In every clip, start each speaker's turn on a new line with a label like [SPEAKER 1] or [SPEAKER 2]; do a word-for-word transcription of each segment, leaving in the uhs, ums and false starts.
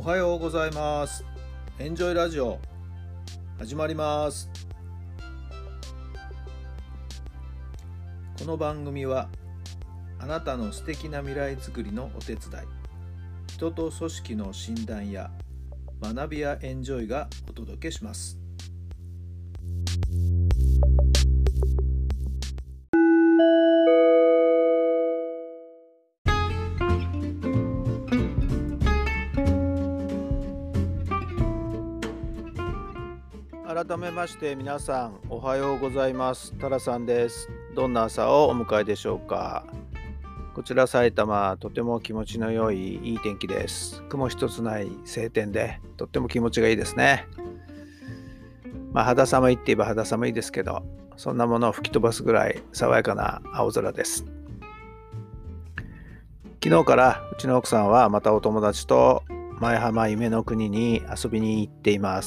[SPEAKER 1] おはようございます。エンジョイラジオ始まります。この番組はあなたの素敵な未来づくりのお手伝い、人と組織の診断や学びやエンジョイがお届けします。改めまして皆さんおはようございます。タラさんです。どんな朝をお迎えでしょうか。こちら埼玉、とても気持ちの良いいい天気です。雲一つない晴天でとっても気持ちがいいですね。まあ肌寒いって言えば肌寒いですけど、そんなものを吹き飛ばすぐらい爽やかな青空です。昨日からうちの奥さんはまたお友達と前浜夢の国に遊びに行っています。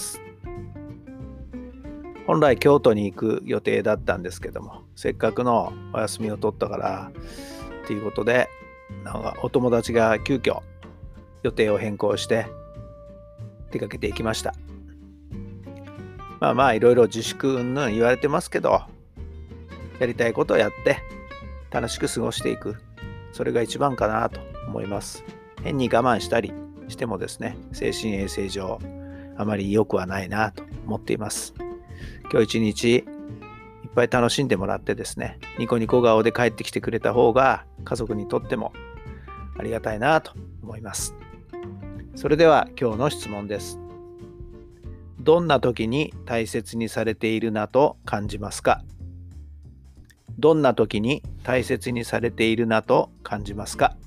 [SPEAKER 1] 本来京都に行く予定だったんですけども、せっかくのお休みを取ったからということで、なんかお友達が急遽予定を変更して出かけていきました。まあまあいろいろ自粛云々言われてますけど、やりたいことをやって楽しく過ごしていく、それが一番かなと思います。変に我慢したりしてもですね、精神衛生上あまり良くはないなと思っています。今日一日いっぱい楽しんでもらってですね、ニコニコ顔で帰ってきてくれた方が家族にとってもありがたいなと思います。それでは今日の質問です。どんな時に大切にされているなと感じますか？どんな時に大切にされているなと感じますか？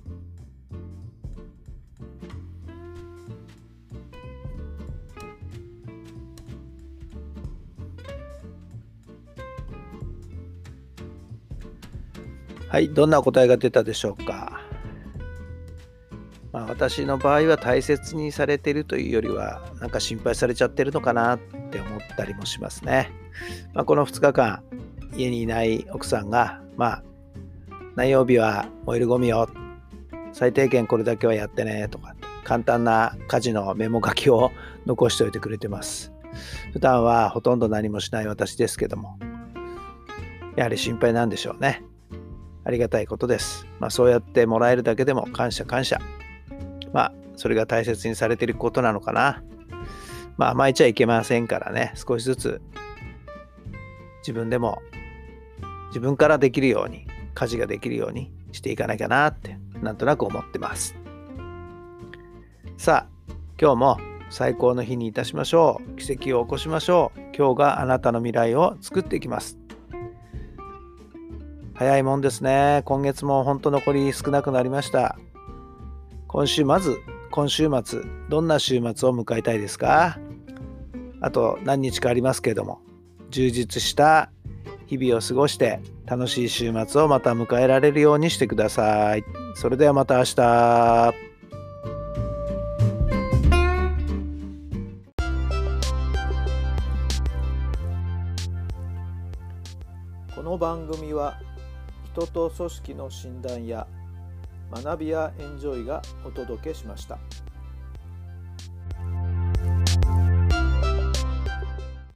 [SPEAKER 1] はい、どんな答えが出たでしょうか。まあ、私の場合は大切にされているというよりは、なんか心配されちゃってるのかなって思ったりもしますね。まあ、このふつかかん家にいない奥さんが、まあ、何曜日は燃えるゴミを最低限これだけはやってねとか、簡単な家事のメモ書きを残しておいてくれてます。普段はほとんど何もしない私ですけども、やはり心配なんでしょうね。ありがたいことです。まあ、そうやってもらえるだけでも感謝感謝。まあそれが大切にされていることなのかな。まあ甘えちゃいけませんからね、少しずつ自分でも自分からできるように、家事ができるようにしていかなきゃなってなんとなく思ってます。さあ今日も最高の日にいたしましょう。奇跡を起こしましょう。今日があなたの未来を作っていきます。早いもんですね。今月も本当残り少なくなりました。今週まず今週末どんな週末を迎えたいですか？あと何日かありますけれども、充実した日々を過ごして楽しい週末をまた迎えられるようにしてください。それではまた明日。この番組は人と組織の診断や学びやエンジョイがお届けしました。